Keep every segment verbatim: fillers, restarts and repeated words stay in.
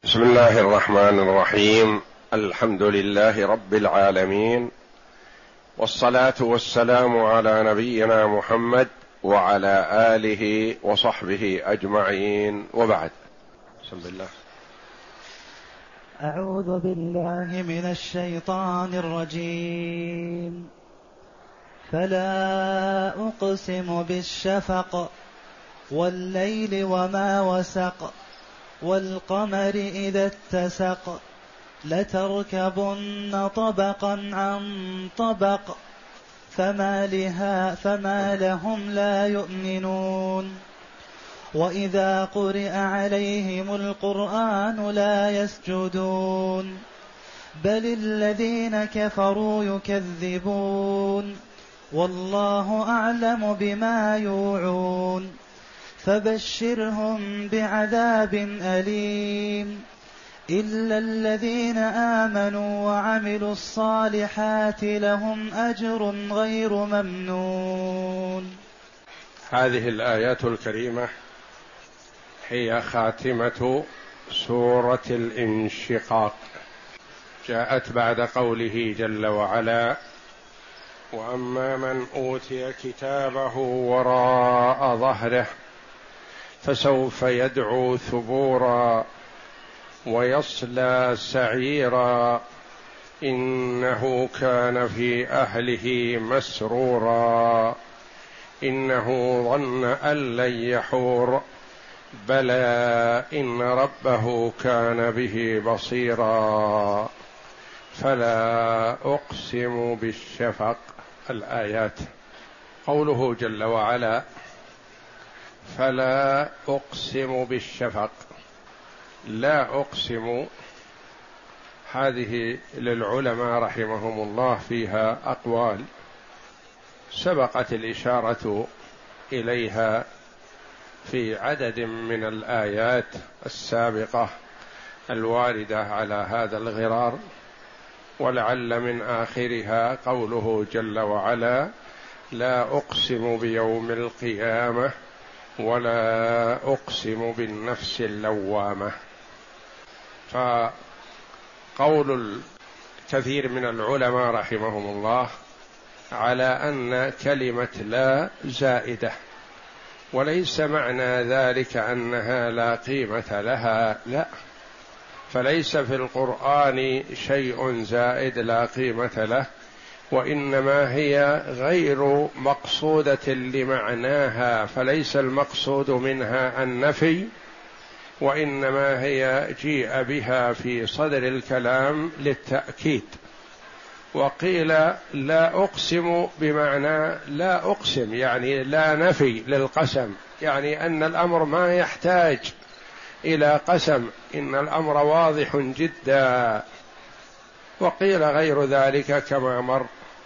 بسم الله الرحمن الرحيم. الحمد لله رب العالمين، والصلاة والسلام على نبينا محمد وعلى آله وصحبه أجمعين، وبعد. بسم الله. أعوذ بالله من الشيطان الرجيم. فلا أقسم بالشفق والليل وما وسق والقمر إذا اتسق لتركبن طبقا عن طبق فما, لها فما لهم لا يؤمنون وإذا قرئ عليهم القرآن لا يسجدون بل الذين كفروا يكذبون والله أعلم بما يوعون فبشرهم بعذاب أليم إلا الذين آمنوا وعملوا الصالحات لهم أجر غير ممنون. هذه الآيات الكريمة هي خاتمة سورة الانشقاق، جاءت بعد قوله جل وعلا: وأما من أوتي كتابه وراء ظهره فسوف يدعو ثبورا ويصلى سعيرا إنه كان في أهله مسرورا إنه ظن أن لن يحور بلى إن ربه كان به بصيرا فلا أقسم بالشفق. الآيات. قوله جل وعلا: فلا أقسم بالشفق، لا أقسم، هذه للعلماء رحمهم الله فيها أقوال سبقت الإشارة إليها في عدد من الآيات السابقة الواردة على هذا الغرار، ولعل من آخرها قوله جل وعلا: لا أقسم بيوم القيامة ولا أقسم بالنفس اللوامة. فقول كثير من العلماء رحمهم الله على أن كلمة لا زائدة، وليس معنى ذلك أنها لا قيمة لها، لا، فليس في القرآن شيء زائد لا قيمة له، وإنما هي غير مقصودة لمعناها، فليس المقصود منها النفي، وإنما هي جيء بها في صدر الكلام للتأكيد. وقيل لا أقسم بمعنى لا أقسم، يعني لا نفي للقسم، يعني أن الأمر ما يحتاج إلى قسم، إن الأمر واضح جدا. وقيل غير ذلك كما مر،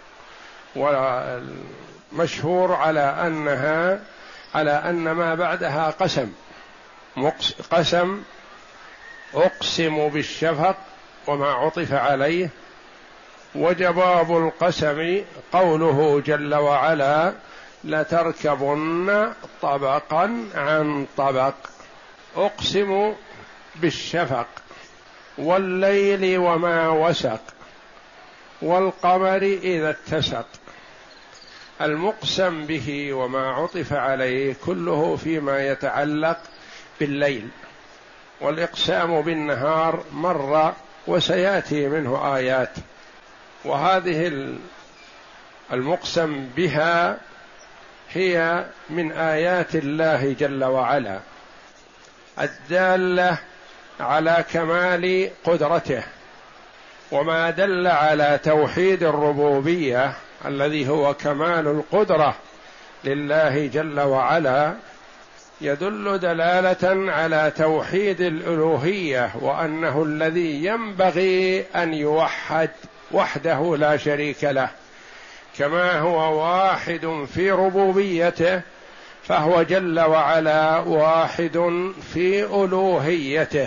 والمشهور على أنها على أن ما بعدها قسم قسم أقسم بالشفق وما عطف عليه، وجواب القسم قوله جل وعلا: لتركبن طبقا عن طبق. أقسم بالشفق والليل وما وسق والقمر إذا اتسق. المقسم به وما عطف عليه كله فيما يتعلق بالليل، والإقسام بالنهار مر وسيأتي منه آيات، وهذه المقسم بها هي من آيات الله جل وعلا الدالة على كمال قدرته، وما دل على توحيد الربوبية الذي هو كمال القدرة لله جل وعلا يدل دلالة على توحيد الألوهية، وأنه الذي ينبغي أن يوحد وحده لا شريك له، كما هو واحد في ربوبيته فهو جل وعلا واحد في ألوهيته.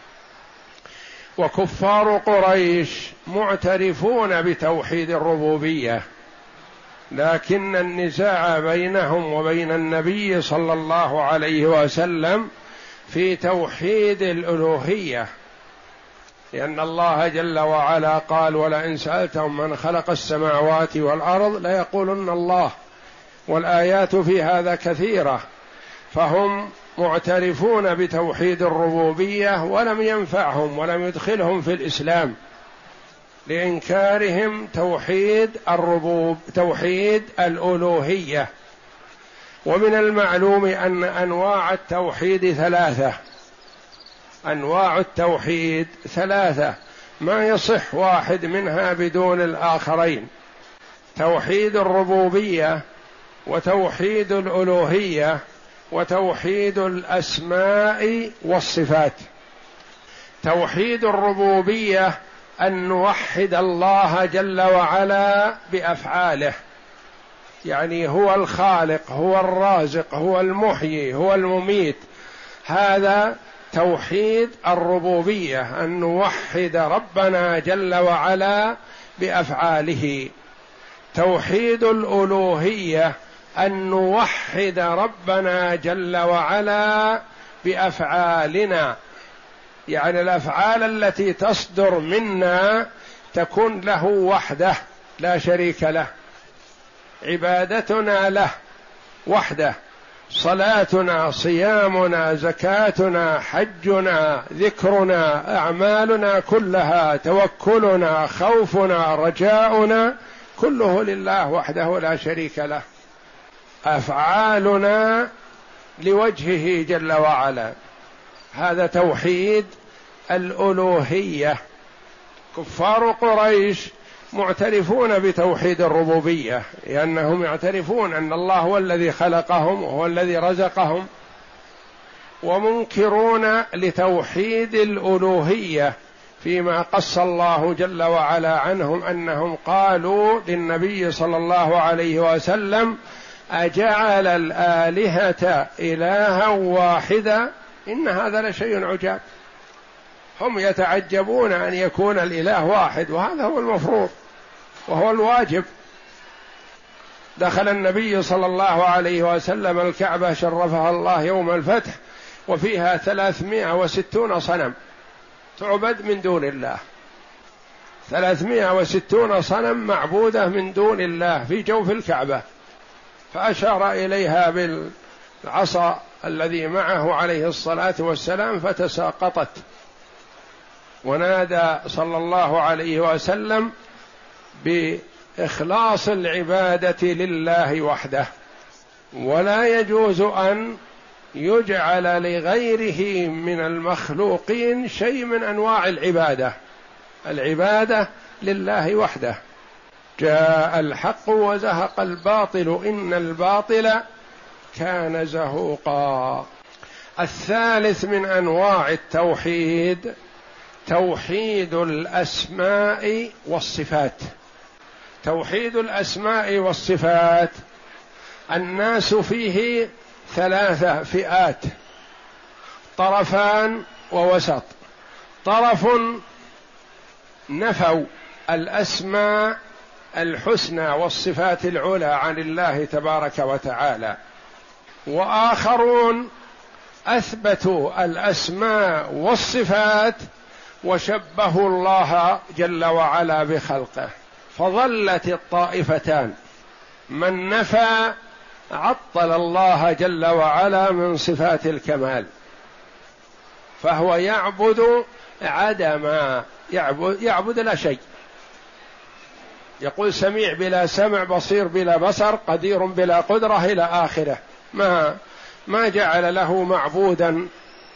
وكفار قريش معترفون بتوحيد الربوبية، لكن النزاع بينهم وبين النبي صلى الله عليه وسلم في توحيد الألوهية، لأن الله جل وعلا قال: ولئن سألتهم من خلق السماوات والأرض ليقولن الله، والآيات في هذا كثيرة. فهم معترفون بتوحيد الربوبية ولم ينفعهم ولم يدخلهم في الإسلام لإنكارهم توحيد الربوب توحيد الألوهية. ومن المعلوم أن أنواع التوحيد ثلاثة أنواع التوحيد ثلاثة ما يصح واحد منها بدون الآخرين: توحيد الربوبية، وتوحيد الألوهية، وتوحيد الأسماء والصفات. توحيد الربوبية أن نوحد الله جل وعلا بأفعاله، يعني هو الخالق، هو الرازق، هو المحيي، هو المميت. هذا توحيد الربوبية، أن نوحد ربنا جل وعلا بأفعاله. توحيد الألوهية أن نوحد ربنا جل وعلا بأفعالنا، يعني الأفعال التي تصدر منا تكون له وحده لا شريك له، عبادتنا له وحده، صلاتنا، صيامنا، زكاتنا، حجنا، ذكرنا، أعمالنا كلها، توكلنا، خوفنا، رجاؤنا، كله لله وحده لا شريك له. أفعالنا لوجهه جل وعلا، هذا توحيد الألوهية. كفار قريش معترفون بتوحيد الربوبية لأنهم يعترفون أن الله هو الذي خلقهم وهو الذي رزقهم، ومنكرون لتوحيد الألوهية فيما قص الله جل وعلا عنهم أنهم قالوا للنبي صلى الله عليه وسلم: أجعل الآلهة إلها واحدا إن هذا لشيء عجاب. هم يتعجبون أن يكون الإله واحد، وهذا هو المفروض وهو الواجب. دخل النبي صلى الله عليه وسلم الكعبة شرفها الله يوم الفتح وفيها ثلاثمائة وستون صنم تعبد من دون الله، ثلاثمائة وستون صنم معبودة من دون الله في جوف الكعبة، فأشار إليها بالعصا الذي معه عليه الصلاة والسلام فتساقطت، ونادى صلى الله عليه وسلم بإخلاص العبادة لله وحده، ولا يجوز أن يجعل لغيره من المخلوقين شيء من أنواع العبادة، العبادة لله وحده. جاء الحق وزهق الباطل إن الباطل كان زهوقا. الثالث من أنواع التوحيد توحيد الأسماء والصفات. توحيد الأسماء والصفات الناس فيه ثلاثة فئات: طرفان ووسط. طرف نفوا الأسماء الحسنى والصفات العلى عن الله تبارك وتعالى، وآخرون أثبتوا الأسماء والصفات وشبهوا الله جل وعلا بخلقه. فظلت الطائفتان: من نفى عطل الله جل وعلا من صفات الكمال، فهو يعبد عدما، يعبد, يعبد لا شيء، يقول سميع بلا سمع، بصير بلا بصر، قدير بلا قدرة إلى آخره، ما ما جعل له معبودا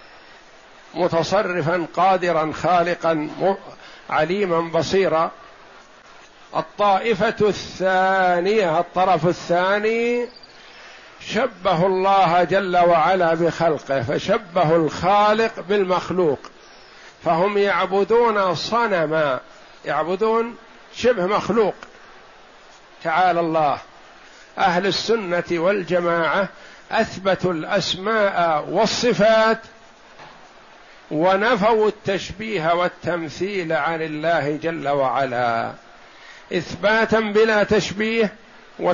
متصرفا قادرا خالقا عليما بصيرا. الطائفة الثانية الطرف الثاني شبه الله جل وعلا بخلقه، فشبه الخالق بالمخلوق، فهم يعبدون صنما، يعبدون شبه مخلوق. تعالى الله. أهل السنة والجماعة أثبتوا الأسماء والصفات ونفوا التشبيه والتمثيل عن الله جل وعلا، إثباتا بلا تشبيه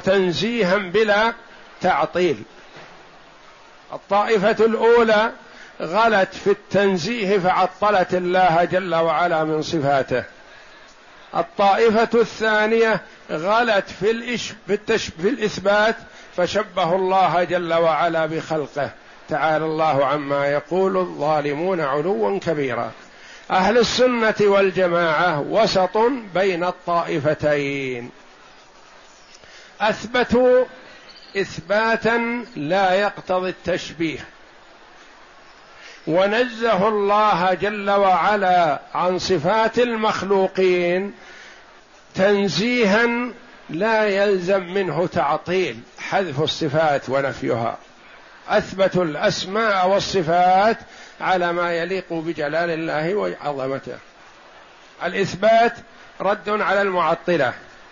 وتنزيها بلا تعطيل. الطائفة الأولى غلت في التنزيه فعطلت الله جل وعلا من صفاته. الطائفة الثانية غلت في, الإش... في, التش... في الإثبات فشبه الله جل وعلا بخلقه، تعالى الله عما يقول الظالمون علوا كبيرا. أهل السنة والجماعة وسط بين الطائفتين، أثبتوا إثباتا لا يقتضي التشبيه، ونزه الله جل وعلا عن صفات المخلوقين تنزيها لا يلزم منه تعطيل حذف الصفات ونفيها. أثبتوا الأسماء والصفات على ما يليق بجلال الله وعظمته. الإثبات رد على المعطلة،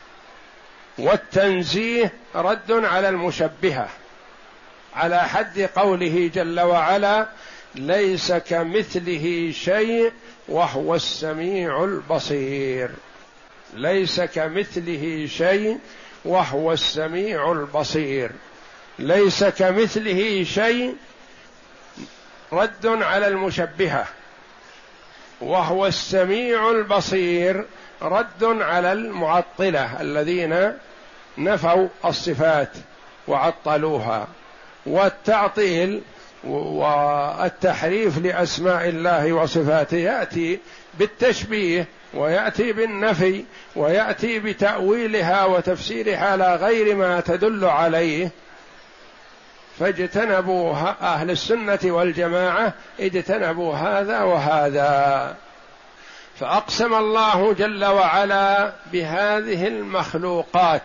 والتنزيه رد على المشبهة، على حد قوله جل وعلا ليس كمثله شيء وهو السميع البصير. ليس كمثله شيء وهو السميع البصير. ليس كمثله شيء رد على المشبهة، وهو السميع البصير رد على المعطلة الذين نفوا الصفات وعطلوها. والتعطيل والتحريف لأسماء الله وصفاته يأتي بالتشبيه، ويأتي بالنفي، ويأتي بتأويلها وتفسيرها على غير ما تدل عليه. فاجتنبوا أهل السنة والجماعة اجتنبوا هذا وهذا. فأقسم الله جل وعلا بهذه المخلوقات،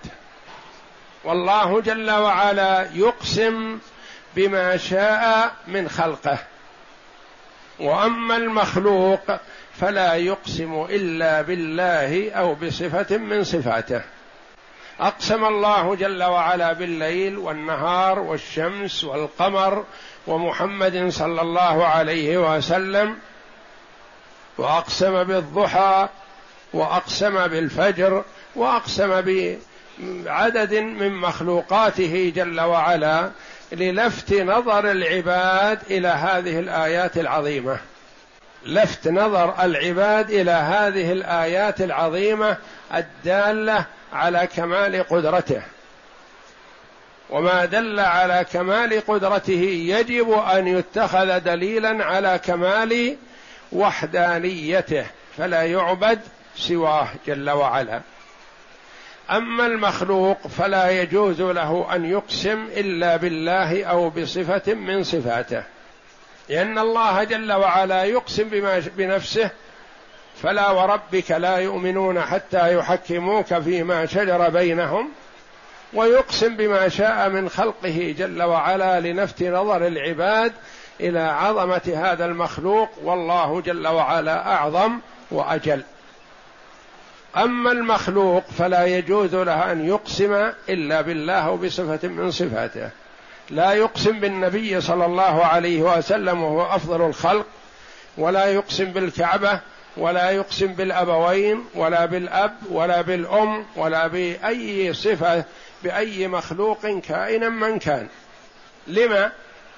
والله جل وعلا يقسم بما شاء من خلقه، وأما المخلوق فلا يقسم إلا بالله أو بصفة من صفاته. أقسم الله جل وعلا بالليل والنهار والشمس والقمر ومحمد صلى الله عليه وسلم، وأقسم بالضحى، وأقسم بالفجر، وأقسم بعدد من مخلوقاته جل وعلا للفت نظر العباد إلى هذه الآيات العظيمة، لفت نظر العباد إلى هذه الآيات العظيمة الدالة على كمال قدرته. وما دل على كمال قدرته يجب أن يتخذ دليلا على كمال وحدانيته، فلا يعبد سواه جل وعلا. أما المخلوق فلا يجوز له أن يقسم إلا بالله أو بصفة من صفاته، لأن الله جل وعلا يقسم بما بنفسه: فلا وربك لا يؤمنون حتى يحكموك فيما شجر بينهم، ويقسم بما شاء من خلقه جل وعلا لنفت نظر العباد إلى عظمة هذا المخلوق، والله جل وعلا أعظم وأجل. أما المخلوق فلا يجوز له أن يقسم إلا بالله بصفة من صفاته. لا يقسم بالنبي صلى الله عليه وسلم وهو أفضل الخلق، ولا يقسم بالكعبة، ولا يقسم بالأبوين، ولا بالأب، ولا بالأم، ولا بأي صفة بأي مخلوق كائنا من كان. لما؟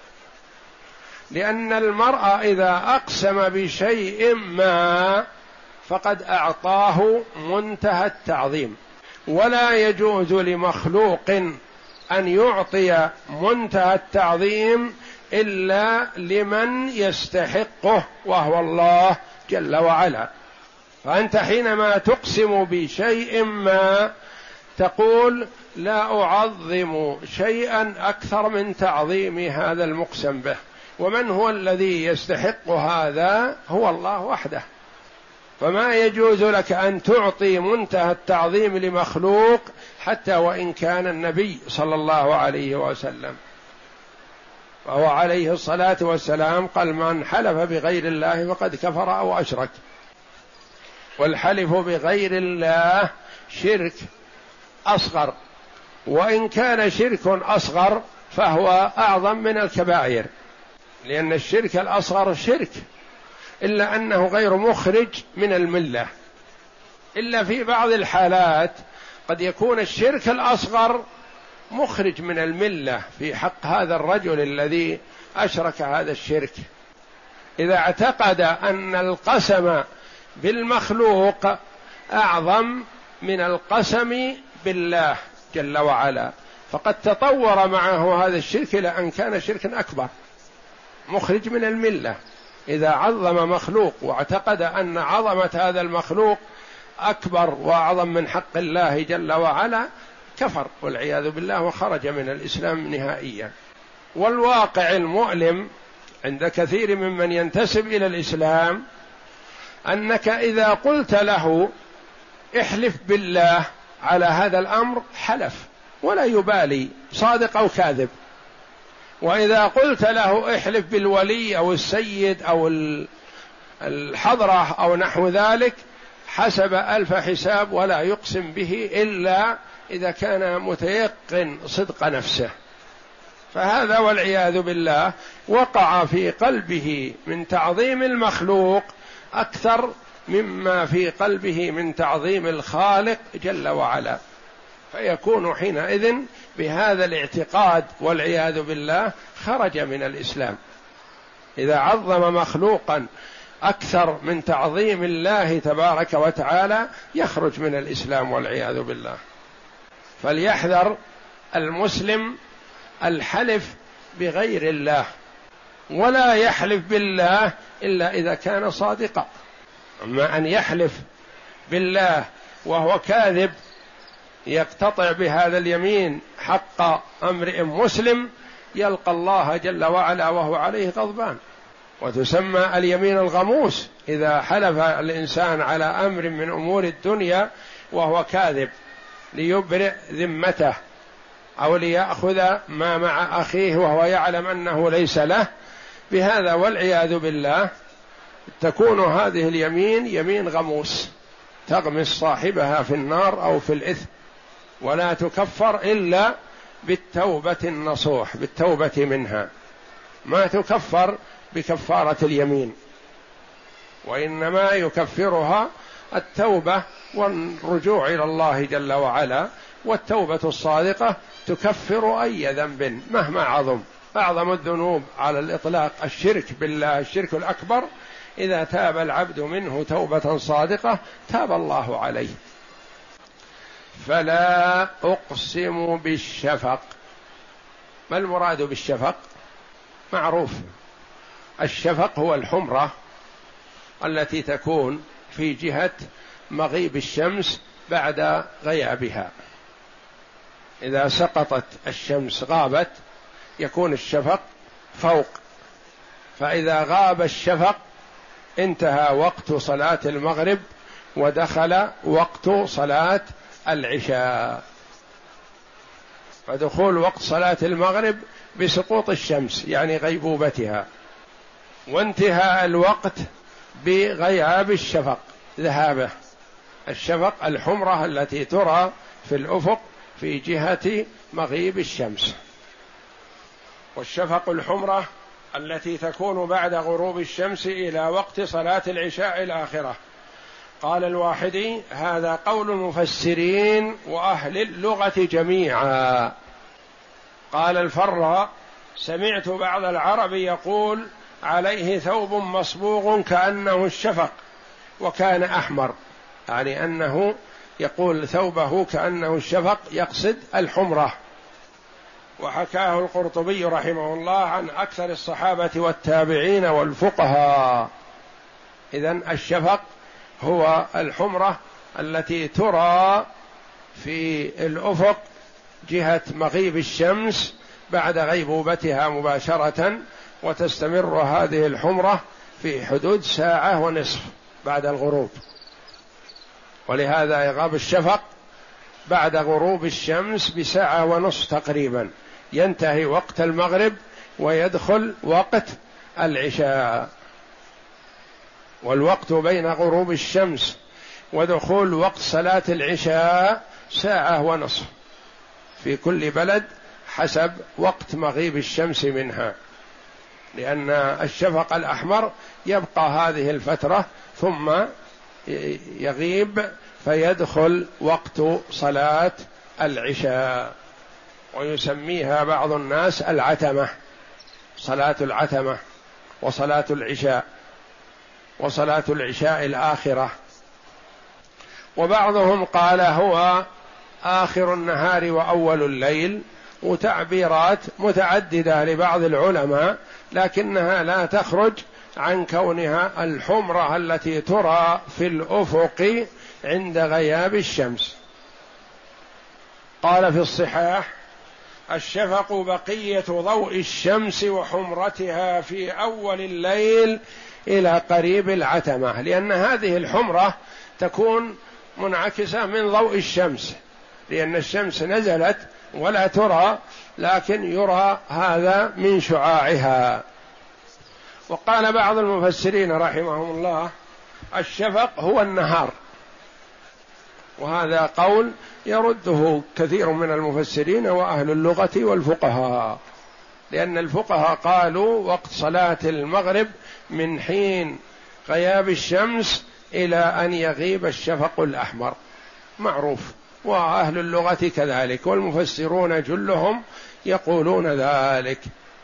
لأن المرء إذا أقسم بشيء ما فقد أعطاه منتهى التعظيم، ولا يجوز لمخلوق أن يعطي منتهى التعظيم إلا لمن يستحقه وهو الله جل وعلا. فأنت حينما تقسم بشيء ما تقول لا أعظم شيئا أكثر من تعظيم هذا المقسم به، ومن هو الذي يستحق هذا؟ هو الله وحده. فما يجوز لك أن تعطي منتهى التعظيم لمخلوق حتى وإن كان النبي صلى الله عليه وسلم. وهو عليه الصلاة والسلام قال: من حلف بغير الله فقد كفر أو أشرك. والحلف بغير الله شرك أصغر، وإن كان شرك أصغر فهو أعظم من الكبائر، لأن الشرك الأصغر شرك، إلا أنه غير مخرج من الملة، إلا في بعض الحالات قد يكون الشرك الأصغر مخرج من الملة في حق هذا الرجل الذي أشرك هذا الشرك. إذا اعتقد أن القسم بالمخلوق أعظم من القسم بالله جل وعلا، فقد تطور معه هذا الشرك إلى أن كان شركا أكبر مخرج من الملة. إذا عظم مخلوق واعتقد أن عظمة هذا المخلوق أكبر وأعظم من حق الله جل وعلا كفر والعياذ بالله وخرج من الإسلام نهائيا. والواقع المؤلم عند كثير ممن ينتسب إلى الإسلام أنك إذا قلت له احلف بالله على هذا الأمر حلف ولا يبالي صادق أو كاذب، وإذا قلت له احلف بالولي أو السيد أو الحضرة أو نحو ذلك حسب ألف حساب ولا يقسم به إلا إذا كان متيقن صدق نفسه. فهذا والعياذ بالله وقع في قلبه من تعظيم المخلوق أكثر مما في قلبه من تعظيم الخالق جل وعلا، فيكون حينئذ بهذا الاعتقاد والعياذ بالله خرج من الإسلام. إذا عظم مخلوقا أكثر من تعظيم الله تبارك وتعالى يخرج من الإسلام والعياذ بالله. فليحذر المسلم الحلف بغير الله، ولا يحلف بالله إلا إذا كان صادقا. أما أن يحلف بالله وهو كاذب يقتطع بهذا اليمين حق امرئ مسلم يلقى الله جل وعلا وهو عليه غضبان، وتسمى اليمين الغموس إذا حلف الإنسان على أمر من أمور الدنيا وهو كاذب ليبرئ ذمته أو ليأخذ ما مع أخيه وهو يعلم أنه ليس له، بهذا والعياذ بالله تكون هذه اليمين يمين غموس تغمس صاحبها في النار أو في الإثم، ولا تكفر إلا بالتوبة النصوح، بالتوبة منها، ما تكفر بكفارة اليمين، وإنما يكفرها التوبة والرجوع إلى الله جل وعلا. والتوبة الصادقة تكفر أي ذنب مهما عظم. أعظم الذنوب على الإطلاق الشرك بالله، الشرك الأكبر، إذا تاب العبد منه توبة صادقة تاب الله عليه. فلا أقسم بالشفق. ما المراد بالشفق؟ معروف، الشفق هو الحمرة التي تكون في جهة مغيب الشمس بعد غيابها. إذا سقطت الشمس غابت يكون الشفق فوق، فإذا غاب الشفق انتهى وقت صلاة المغرب ودخل وقت صلاة العشاء. فدخول وقت صلاة المغرب بسقوط الشمس يعني غيبوبتها، وانتهاء الوقت بغياب الشفق ذهابه. الشفق الحمرة التي ترى في الأفق في جهة مغيب الشمس، والشفق الحمرة التي تكون بعد غروب الشمس إلى وقت صلاة العشاء الآخرة. قال الواحدي: هذا قول المفسرين وأهل اللغة جميعا. قال الفراء: سمعت بعض العرب يقول: عليه ثوب مصبوغ كأنه الشفق وكان أحمر، يعني أنه يقول ثوبه كأنه الشفق، يقصد الحمرة. وحكاه القرطبي رحمه الله عن أكثر الصحابة والتابعين والفقهاء. إذن الشفق هو الحمرة التي ترى في الأفق جهة مغيب الشمس بعد غيبوبتها مباشرة، وتستمر هذه الحمرة في حدود ساعة ونصف بعد الغروب، ولهذا يغاب الشفق بعد غروب الشمس بساعة ونصف تقريبا، ينتهي وقت المغرب ويدخل وقت العشاء. والوقت بين غروب الشمس ودخول وقت صلاة العشاء ساعة ونصف في كل بلد حسب وقت مغيب الشمس منها، لأن الشفق الأحمر يبقى هذه الفترة ثم يغيب فيدخل وقت صلاة العشاء، ويسميها بعض الناس العتمة، صلاة العتمة، وصلاة العشاء وصلاة العشاء الآخرة. وبعضهم قال هو آخر النهار وأول الليل، وتعبيرات متعددة لبعض العلماء، لكنها لا تخرج عن كونها الحمرة التي ترى في الأفق عند غياب الشمس. قال في الصحاح: الشفق بقية ضوء الشمس وحمرتها في أول الليل إلى قريب العتمة، لأن هذه الحمرة تكون منعكسة من ضوء الشمس، لأن الشمس نزلت ولا ترى، لكن يرى هذا من شعاعها. وقال بعض المفسرين رحمهم الله: الشفق هو النهار، وهذا قول يرده كثير من المفسرين وأهل اللغة والفقهاء، لأن الفقهاء قالوا وقت صلاة المغرب من حين غياب الشمس إلى أن يغيب الشفق الأحمر، معروف، وأهل اللغة كذلك، والمفسرون جلهم يقولون ذلك،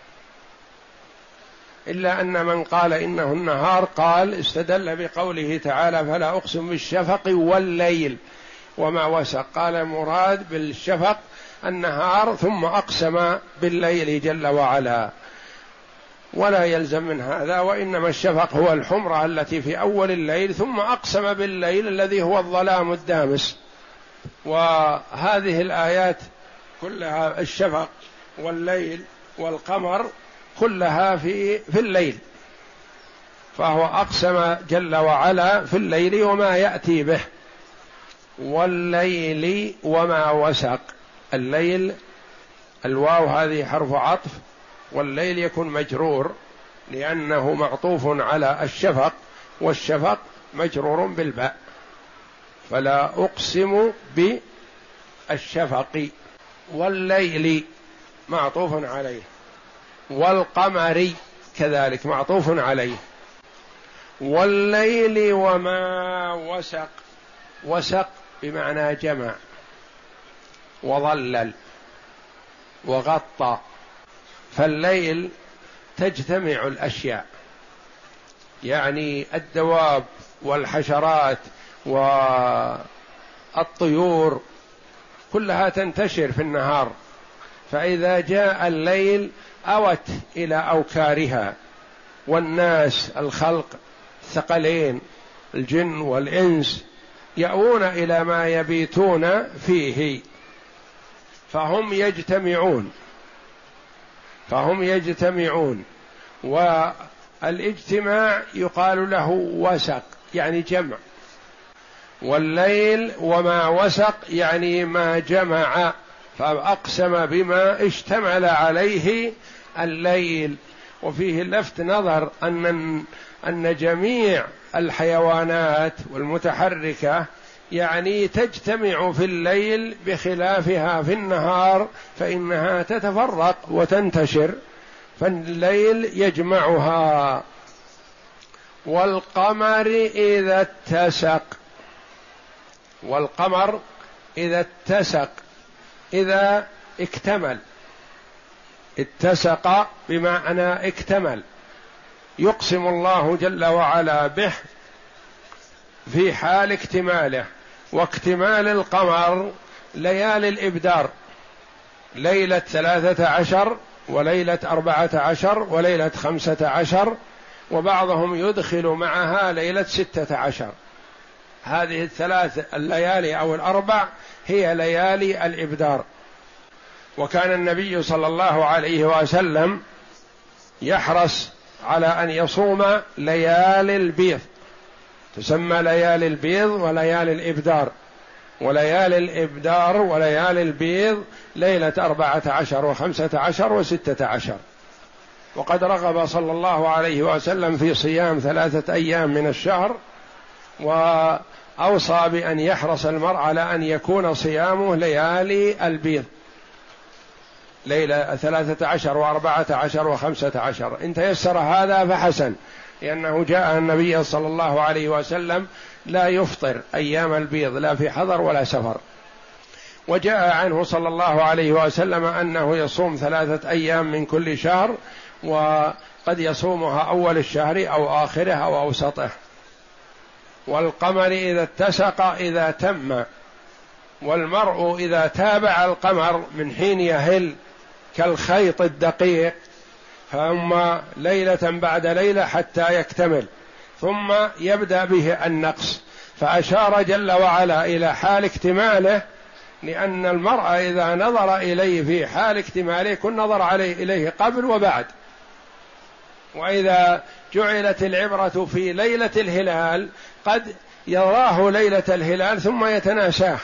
إلا أن من قال إنه النهار قال استدل بقوله تعالى: فلا أقسم بالشفق والليل وما وسق، قال مراد بالشفق النهار ثم أقسم بالليل جل وعلا، ولا يلزم من هذا، وإنما الشفق هو الحمرة التي في أول الليل، ثم أقسم بالليل الذي هو الظلام الدامس. وهذه الآيات كلها الشفق والليل والقمر كلها في في الليل، فهو أقسم جل وعلا في الليل وما يأتي به. والليل وما وسق، الليل الواو هذه حرف عطف، والليل يكون مجرور لأنه معطوف على الشفق، والشفق مجرور بالباء، فلا أقسم بالشفق. والليل معطوف عليه، والقمر كذلك معطوف عليه. والليل وما وسق، وسق بمعنى جمع وظلل وغطى، فالليل تجتمع الأشياء، يعني الدواب والحشرات والطيور كلها تنتشر في النهار، فإذا جاء الليل أوت إلى أوكارها، والناس الخلق ثقلين الجن والإنس يأوون إلى ما يبيتون فيه، فهم يجتمعون فهم يجتمعون والاجتماع يقال له وسق، يعني جمع. والليل وما وسق يعني ما جمع، فأقسم بما اشتمل عليه الليل. وفيه لفت نظر أن أن جميع الحيوانات والمتحركة يعني تجتمع في الليل بخلافها في النهار، فإنها تتفرق وتنتشر، فالليل يجمعها. والقمر إذا اتسق، والقمر إذا اتسق، إذا اكتمل، اتسق بمعنى اكتمل، يقسم الله جل وعلا به في حال اكتماله. واكتمال القمر ليالي الإبدار، ليلة ثلاثة عشر وليلة أربعة عشر وليلة خمسة عشر، وبعضهم يدخل معها ليلة ستة عشر. هذه الثلاث الليالي أو الأربع هي ليالي الإبدار. وكان النبي صلى الله عليه وسلم يحرص على أن يصوم ليالي البيض، تسمى ليالي البيض وليالي الإبدار، وليالي الإبدار وليالي البيض ليلة أربعة عشر وخمسة عشر وستة عشر. وقد رغب صلى الله عليه وسلم في صيام ثلاثة أيام من الشهر، وأوصى بأن يحرص المرء على أن يكون صيامه ليالي البيض، ليلة ثلاثة عشر وأربعة عشر وخمسة عشر. إن تيسر هذا فحسن، لأنه جاء النبي صلى الله عليه وسلم لا يفطر أيام البيض لا في حضر ولا سفر. وجاء عنه صلى الله عليه وسلم أنه يصوم ثلاثة أيام من كل شهر، قد يصومها أول الشهر أو آخره أو أوسطه. والقمر إذا اتسق إذا تم، والمرء إذا تابع القمر من حين يهل كالخيط الدقيق، فهم ليلة بعد ليلة حتى يكتمل، ثم يبدأ به النقص. فأشار جل وعلا إلى حال اكتماله، لأن المرء إذا نظر إليه في حال اكتماله كن نظر عليه إليه قبل وبعد. وإذا جعلت العبرة في ليلة الهلال قد يراه ليلة الهلال ثم يتناساه،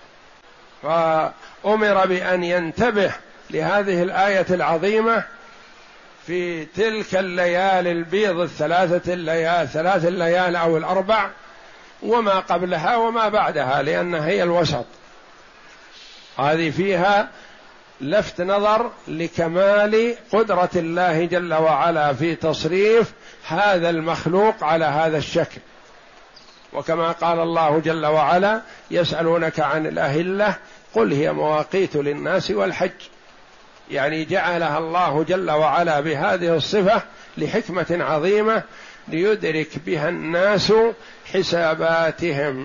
فأمر بأن ينتبه لهذه الآية العظيمة في تلك الليالي البيض الثلاثة الليال ثلاث الليال أو الأربع، وما قبلها وما بعدها، لأنها هي الوسط. هذه فيها لفت نظر لكمال قدرة الله جل وعلا في تصريف هذا المخلوق على هذا الشكل. وكما قال الله جل وعلا: يسألونك عن الأهلة قل هي مواقيت للناس والحج، يعني جعلها الله جل وعلا بهذه الصفة لحكمة عظيمة ليدرك بها الناس حساباتهم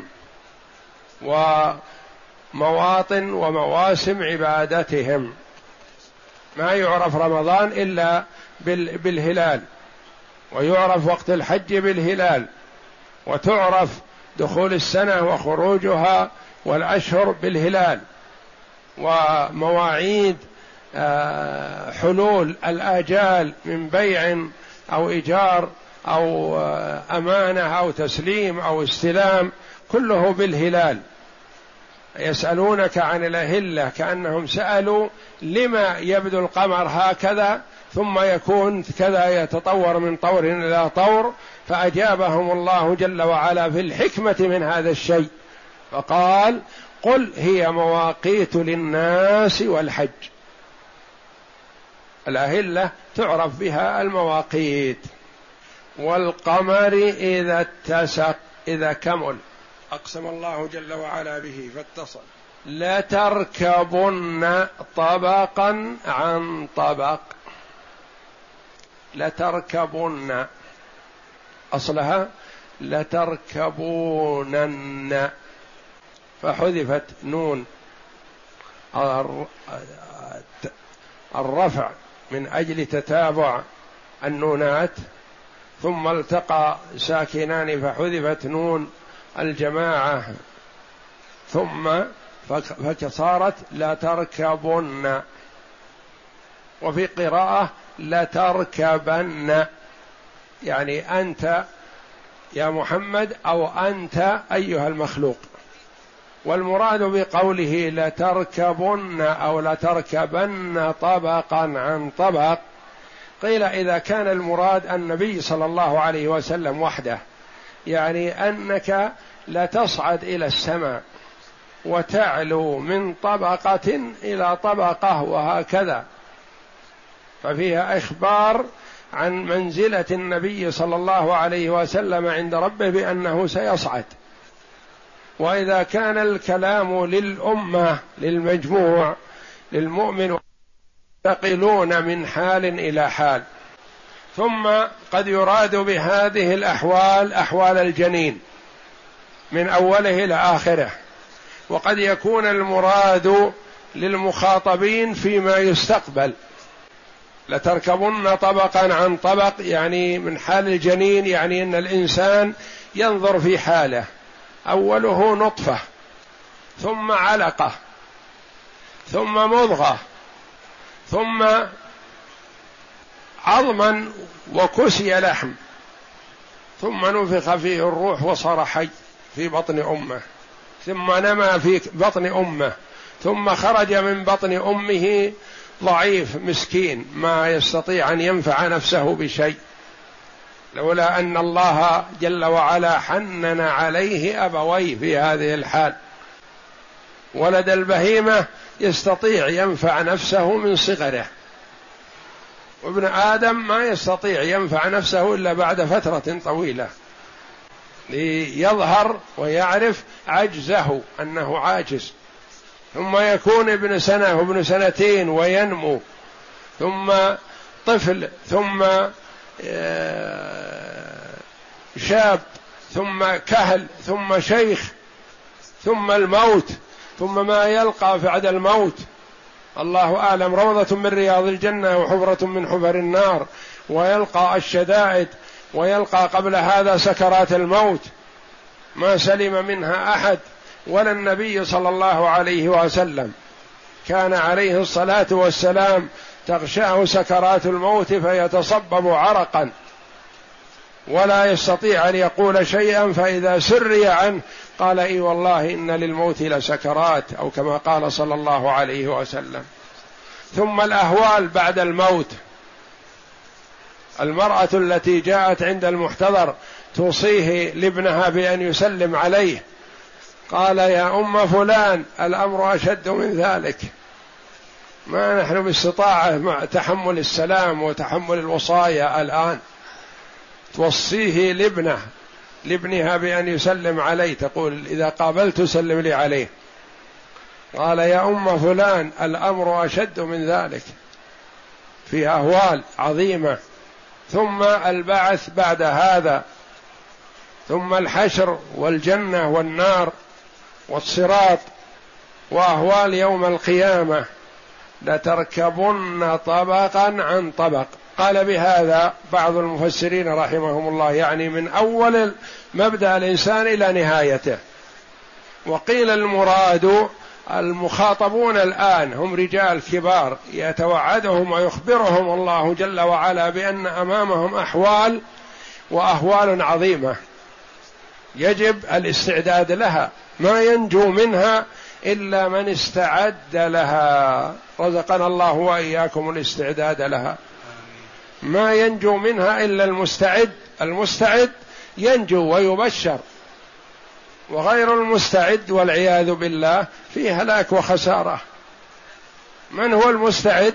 ومواطن ومواسم عبادتهم. ما يعرف رمضان إلا بالهلال، ويعرف وقت الحج بالهلال، وتعرف دخول السنة وخروجها والأشهر بالهلال، ومواعيد حلول الآجال من بيع أو إيجار أو أمانة أو تسليم أو استلام كله بالهلال. يسألونك عن الأهلة كأنهم سألوا لما يبدو القمر هكذا ثم يكون كذا، يتطور من طور إلى طور، فأجابهم الله جل وعلا في الحكمة من هذا الشيء، فقال: قل هي مواقيت للناس والحج. الأهلة تعرف بها المواقيت. والقمر إذا اتسق إذا كمل، أقسم الله جل وعلا به فاتصل. لتركبن طبقا عن طبق، لتركبن أصلها لتركبونن، فحذفت نون الرفع من أجل تتابع النونات، ثم التقى ساكنان فحذفت نون الجماعة، ثم فصارت لتركبن. وفي قراءة لتركبن، يعني أنت يا محمد أو أنت أيها المخلوق. والمراد بقوله لتركبن أو لتركبن طبقا عن طبق، قيل إذا كان المراد النبي صلى الله عليه وسلم وحده، يعني أنك لتصعد إلى السماء وتعلو من طبقة إلى طبقة وهكذا، ففيها إخبار عن منزلة النبي صلى الله عليه وسلم عند ربه بأنه سيصعد. وإذا كان الكلام للأمة للمجموع للمؤمن ينتقلون من حال إلى حال، ثم قد يراد بهذه الأحوال أحوال الجنين من أوله إلى آخره، وقد يكون المراد للمخاطبين فيما يستقبل. لتركبن طبقا عن طبق يعني من حال الجنين، يعني أن الإنسان ينظر في حاله، أوله نطفة ثم علقة ثم مضغة ثم عظما وكسي لحم، ثم نفخ فيه الروح وصار حي في بطن أمه، ثم نما في بطن أمه، ثم خرج من بطن أمه ضعيف مسكين ما يستطيع أن ينفع نفسه بشيء، لولا أن الله جل وعلا حنن عليه أبويه في هذه الحال. ولد البهيمة يستطيع ينفع نفسه من صغره، وابن آدم ما يستطيع ينفع نفسه إلا بعد فترة طويلة ليظهر ويعرف عجزه أنه عاجز، ثم يكون ابن سنة وابن سنتين وينمو، ثم طفل، ثم شاب ثم كهل ثم شيخ ثم الموت ثم ما يلقى بعد الموت، الله أعلم، روضة من رياض الجنة وحفرة من حفر النار، ويلقى الشدائد، ويلقى قبل هذا سكرات الموت ما سلم منها أحد ولا النبي صلى الله عليه وسلم. كان عليه الصلاة والسلام تغشاه سكرات الموت فيتصبب عرقا ولا يستطيع أن يقول شيئا، فإذا سري عنه قال إي والله إن للموت لسكرات، أو كما قال صلى الله عليه وسلم. ثم الأهوال بعد الموت، المرأة التي جاءت عند المحتضر توصيه لابنها بأن يسلم عليه، قال يا أم فلان الأمر أشد من ذلك، ما نحن باستطاعة مع تحمل السلام وتحمل الوصايا الآن. توصيه لابنه لابنها بأن يسلم عليه، تقول إذا قابلت سلم لي عليه. قال يا أم فلان الأمر أشد من ذلك، في أهوال عظيمة. ثم البعث بعد هذا، ثم الحشر والجنة والنار والصراط، وأهوال يوم القيامة، لتركبن طبقا عن طبق. قال بهذا بعض المفسرين رحمهم الله يعني من أول مبدأ الإنسان إلى نهايته. وقيل المراد المخاطبون الآن هم رجال كبار يتوعدهم ويخبرهم الله جل وعلا بأن أمامهم أحوال وأهوال عظيمة يجب الاستعداد لها، ما ينجو منها إلا من استعد لها، رزقنا الله وإياكم الاستعداد لها. ما ينجو منها إلا المستعد، المستعد ينجو ويبشر، وغير المستعد والعياذ بالله فيه هلاك وخسارة. من هو المستعد؟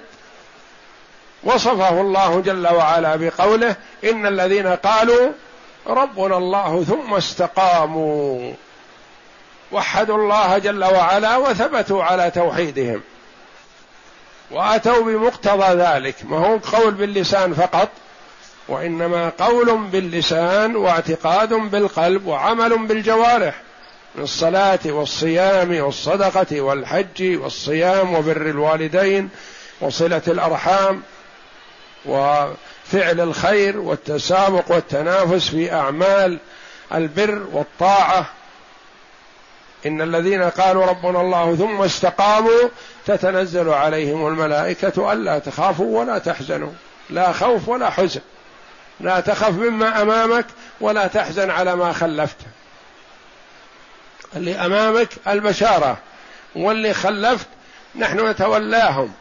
وصفه الله جل وعلا بقوله إن الذين قالوا ربنا الله ثم استقاموا، وحدوا الله جل وعلا وثبتوا على توحيدهم وأتوا بمقتضى ذلك، ما هو قول باللسان فقط، وإنما قول باللسان واعتقاد بالقلب وعمل بالجوارح من الصلاة والصيام والصدقة والحج والصيام وبر الوالدين وصلة الأرحام وفعل الخير والتسابق والتنافس في أعمال البر والطاعة. إن الذين قالوا ربنا الله ثم استقاموا تتنزل عليهم الملائكة ألا تخافوا ولا تحزنوا، لا خوف ولا حزن، لا تخف مما أمامك ولا تحزن على ما خلفته. اللي أمامك البشارة، واللي خلفت نحن نتولاهم.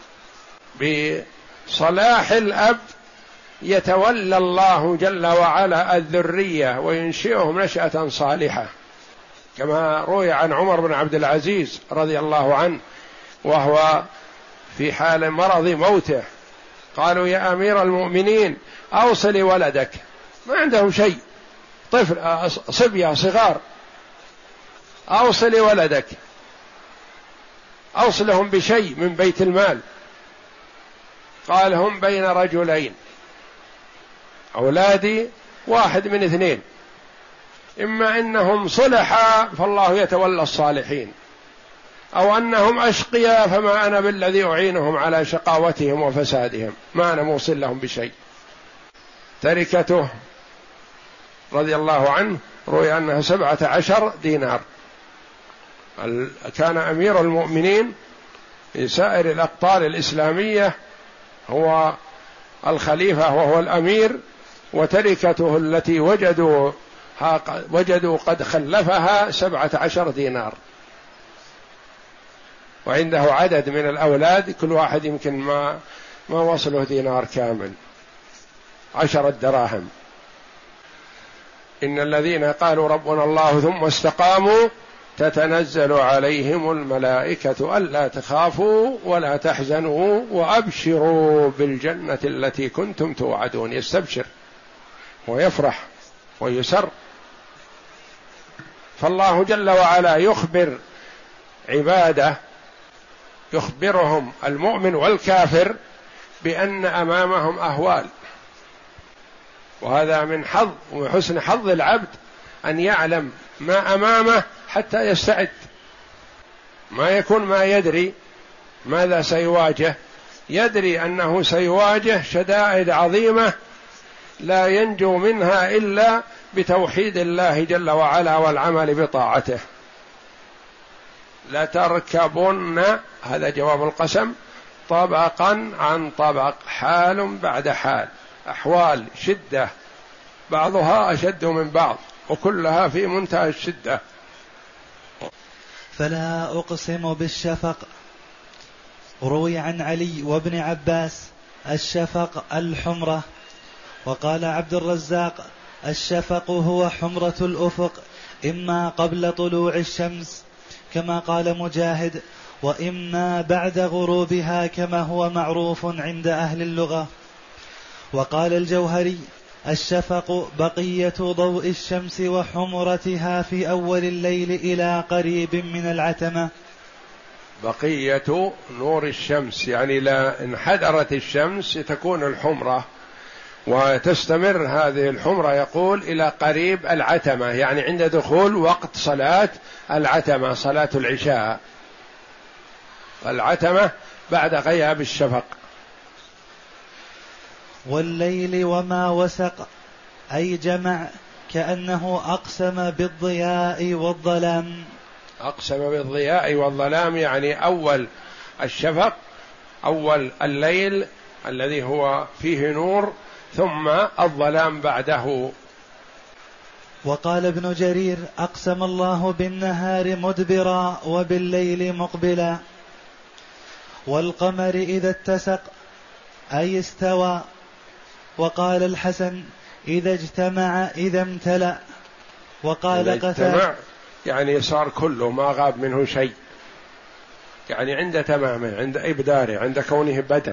بصلاح الأب يتولى الله جل وعلا الذرية وينشئهم نشأة صالحة، كما روي عن عمر بن عبد العزيز رضي الله عنه وهو في حال مرض موته، قالوا يا أمير المؤمنين أوصل ولدك، ما عنده شيء، طفل صبية صغار، أوصل ولدك، أوصلهم بشيء من بيت المال. قال هم بين رجلين، أولادي واحد من اثنين، إما إنهم صلحا فالله يتولى الصالحين، أو أنهم أشقياء فما أنا بالذي أعينهم على شقاوتهم وفسادهم، ما أنا موصل لهم بشيء. تركته رضي الله عنه روي أنها سبعة عشر دينار. كان أمير المؤمنين في سائر الأقطار الإسلامية هو الخليفة وهو الأمير، وتركته التي وجدوا وجدوا قد خلفها سبعة عشر دينار، وعنده عدد من الأولاد كل واحد يمكن ما ما وصله دينار كامل، عشرة دراهم. إن الذين قالوا ربنا الله ثم استقاموا تتنزل عليهم الملائكة ألا تخافوا ولا تحزنوا وأبشروا بالجنة التي كنتم توعدون. يستبشر ويفرح ويسر. فالله جل وعلا يخبر عباده، يخبرهم المؤمن والكافر بأن أمامهم أهوال وهذا من حظ وحسن حظ العبد أن يعلم ما أمامه حتى يستعد، ما يكون ما يدري ماذا سيواجه، يدري أنه سيواجه شدائد عظيمة لا ينجو منها إلا بتوحيد الله جل وعلا والعمل بطاعته. لتركبن، هذا جواب القسم، طبقا عن طبق، حال بعد حال، أحوال شدة بعضها أشد من بعض وكلها في منتهى الشدة. فلا أقسم بالشفق. روي عن علي وابن عباس الشفق الحمرة. وقال عبد الرزاق الشفق هو حمرة الأفق، إما قبل طلوع الشمس كما قال مجاهد، وإما بعد غروبها كما هو معروف عند أهل اللغة. وقال الجوهري الشفق بقية ضوء الشمس وحمرتها في أول الليل إلى قريب من العتمة. بقية نور الشمس يعني لا انحدرت الشمس تكون الحمرة، وتستمر هذه الحمرة يقول إلى قريب العتمة، يعني عند دخول وقت صلاة العتمة، صلاة العشاء. العتمة بعد غياب الشفق. والليل وما وسق، أي جمع، كأنه أقسم بالضياء والظلام. أقسم بالضياء والظلام يعني أول الشفق، أول الليل الذي هو فيه نور، ثم الظلام بعده. وقال ابن جرير أقسم الله بالنهار مدبرا وبالليل مقبلا. والقمر إذا اتسق أي استوى. وقال الحسن إذا اجتمع إذا امتلأ. وقال إذا اجتمع يعني صار كله ما غاب منه شيء، يعني عند تمامه، عند إبداره، عند كونه بدر.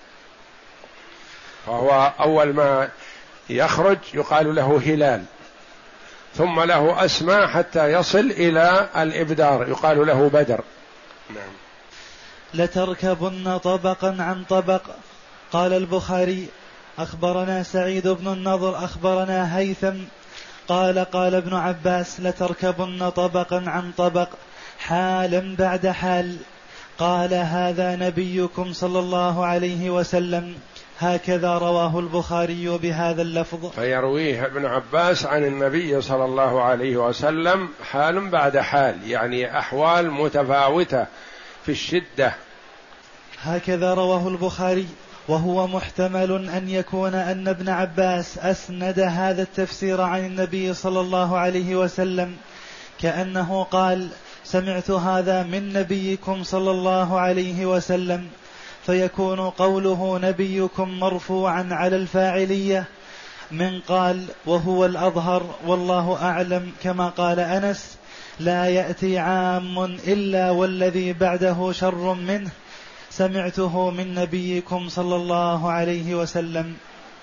فهو أول ما يخرج يقال له هلال، ثم له أسماء حتى يصل إلى الإبدار يقال له بدر. نعم. لتركبن طبقا عن طبق. قال البخاري أخبرنا سعيد بن النضر أخبرنا هيثم قال قال ابن عباس لتركبن طبقا عن طبق حالا بعد حال. قال هذا نبيكم صلى الله عليه وسلم، هكذا رواه البخاري بهذا اللفظ. فيرويه ابن عباس عن النبي صلى الله عليه وسلم حال بعد حال، يعني أحوال متفاوتة في الشدة. هكذا رواه البخاري. وهو محتمل أن يكون أن ابن عباس أسند هذا التفسير عن النبي صلى الله عليه وسلم، كأنه قال سمعت هذا من نبيكم صلى الله عليه وسلم، فيكون قوله نبيكم مرفوعا على الفاعلية من قال، وهو الأظهر والله أعلم، كما قال أنس لا يأتي عام إلا والذي بعده شر منه، سمعته من نبيكم صلى الله عليه وسلم.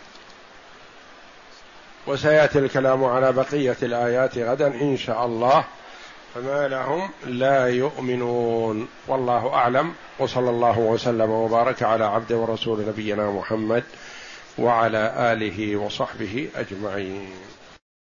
وسيأتي الكلام على بقية الآيات غدا إن شاء الله، فما لهم لا يؤمنون. والله أعلم، وصلى الله وسلم وبارك على عبد ورسول نبينا محمد وعلى آله وصحبه أجمعين.